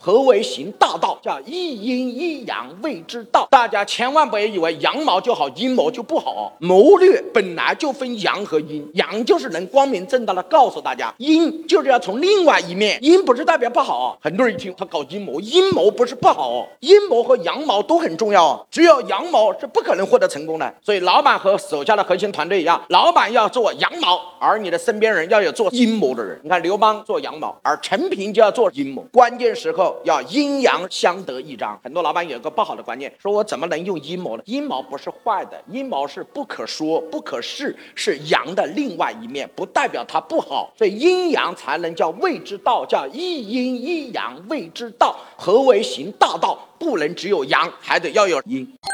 何为行大道？叫一阴一阳谓之道。大家千万不要以为阳谋就好，阴谋就不好。谋略本来就分阳和阴，阳就是能光明正大的告诉大家，阴就是要从另外一面。阴不是代表不好，很多人一听他搞阴谋，阴谋不是不好，阴谋和阳谋都很重要，只有阳谋是不可能获得成功的。所以老板和手下的核心团队一样，老板要做阳谋，而你的身边人要有做阴谋的人。你看刘邦做阳谋，而陈平就要做阴谋，关键时候要阴阳相得益彰。很多老板有个不好的观念，说我怎么能用阴谋呢？阴谋不是坏的，阴谋是不可说不可视，是阳的另外一面，不代表它不好。所以阴阳才能叫谓之道，叫一阴一阳谓之道。何为行大道？不能只有阳，还得要有阴。